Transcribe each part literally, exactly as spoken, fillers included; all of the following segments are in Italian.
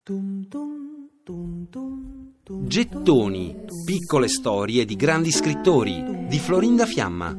Gettoni, piccole storie di grandi scrittori di Florinda Fiamma.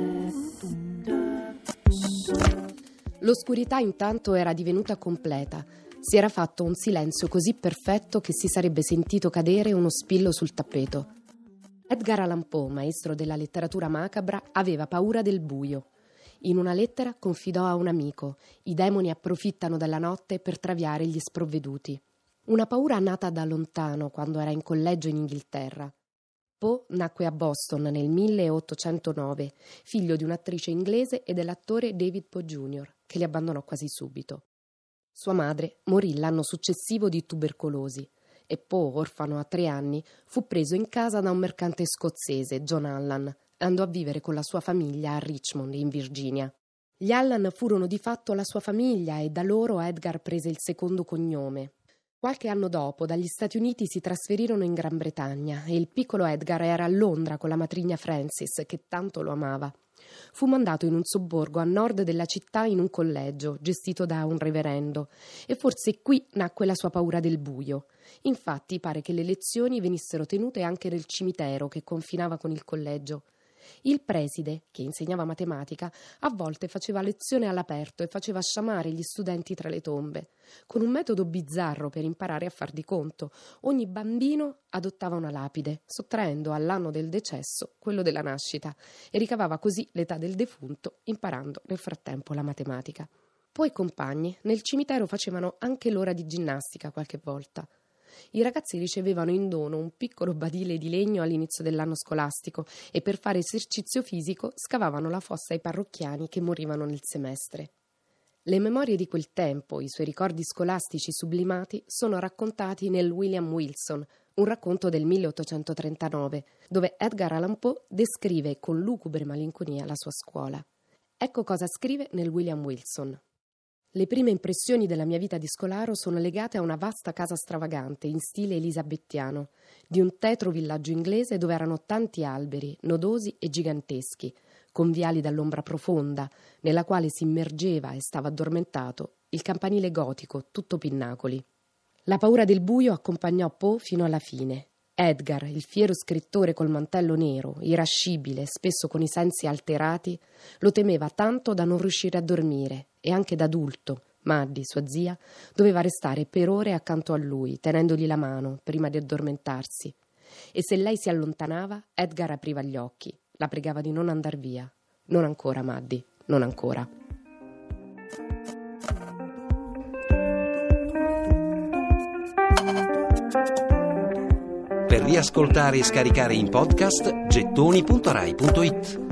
L'oscurità intanto era divenuta completa. Si era fatto un silenzio così perfetto che si sarebbe sentito cadere uno spillo sul tappeto. Edgar Allan Poe, maestro della letteratura macabra, aveva paura del buio. In una lettera confidò a un amico: i demoni approfittano della notte per traviare gli sprovveduti. Una paura nata da lontano, quando era in collegio in Inghilterra. Poe nacque a Boston nel milleottocentonove, figlio di un'attrice inglese e dell'attore David Poe junior, che li abbandonò quasi subito. Sua madre morì l'anno successivo di tubercolosi e Poe, orfano a tre anni, fu preso in casa da un mercante scozzese, John Allan, e andò a vivere con la sua famiglia a Richmond, in Virginia. Gli Allan furono di fatto la sua famiglia e da loro Edgar prese il secondo cognome. Qualche anno dopo, dagli Stati Uniti si trasferirono in Gran Bretagna e il piccolo Edgar era a Londra con la matrigna Frances, che tanto lo amava. Fu mandato in un sobborgo a nord della città in un collegio, gestito da un reverendo, e forse qui nacque la sua paura del buio. Infatti pare che le lezioni venissero tenute anche nel cimitero che confinava con il collegio. Il preside, che insegnava matematica, a volte faceva lezione all'aperto e faceva sciamare gli studenti tra le tombe. Con un metodo bizzarro per imparare a far di conto, ogni bambino adottava una lapide, sottraendo all'anno del decesso quello della nascita, e ricavava così l'età del defunto, imparando nel frattempo la matematica. Poi i compagni nel cimitero facevano anche l'ora di ginnastica qualche volta. I ragazzi ricevevano in dono un piccolo badile di legno all'inizio dell'anno scolastico e per fare esercizio fisico scavavano la fossa ai parrocchiani che morivano nel semestre. Le memorie di quel tempo, i suoi ricordi scolastici sublimati, sono raccontati nel William Wilson, un racconto del milleottocentotrentanove, dove Edgar Allan Poe descrive con lugubre malinconia la sua scuola. Ecco cosa scrive nel William Wilson. Le prime impressioni della mia vita di scolaro sono legate a una vasta casa stravagante in stile elisabettiano, di un tetro villaggio inglese dove erano tanti alberi, nodosi e giganteschi, con viali dall'ombra profonda, nella quale si immergeva e stava addormentato il campanile gotico, tutto pinnacoli. La paura del buio accompagnò Poe fino alla fine. Edgar, il fiero scrittore col mantello nero, irascibile, spesso con i sensi alterati, lo temeva tanto da non riuscire a dormire, e anche da adulto, Maddie, sua zia, doveva restare per ore accanto a lui, tenendogli la mano prima di addormentarsi. E se lei si allontanava, Edgar apriva gli occhi, la pregava di non andar via. Non ancora, Maddie, non ancora. Per riascoltare e scaricare in podcast gettoni punto rai punto it.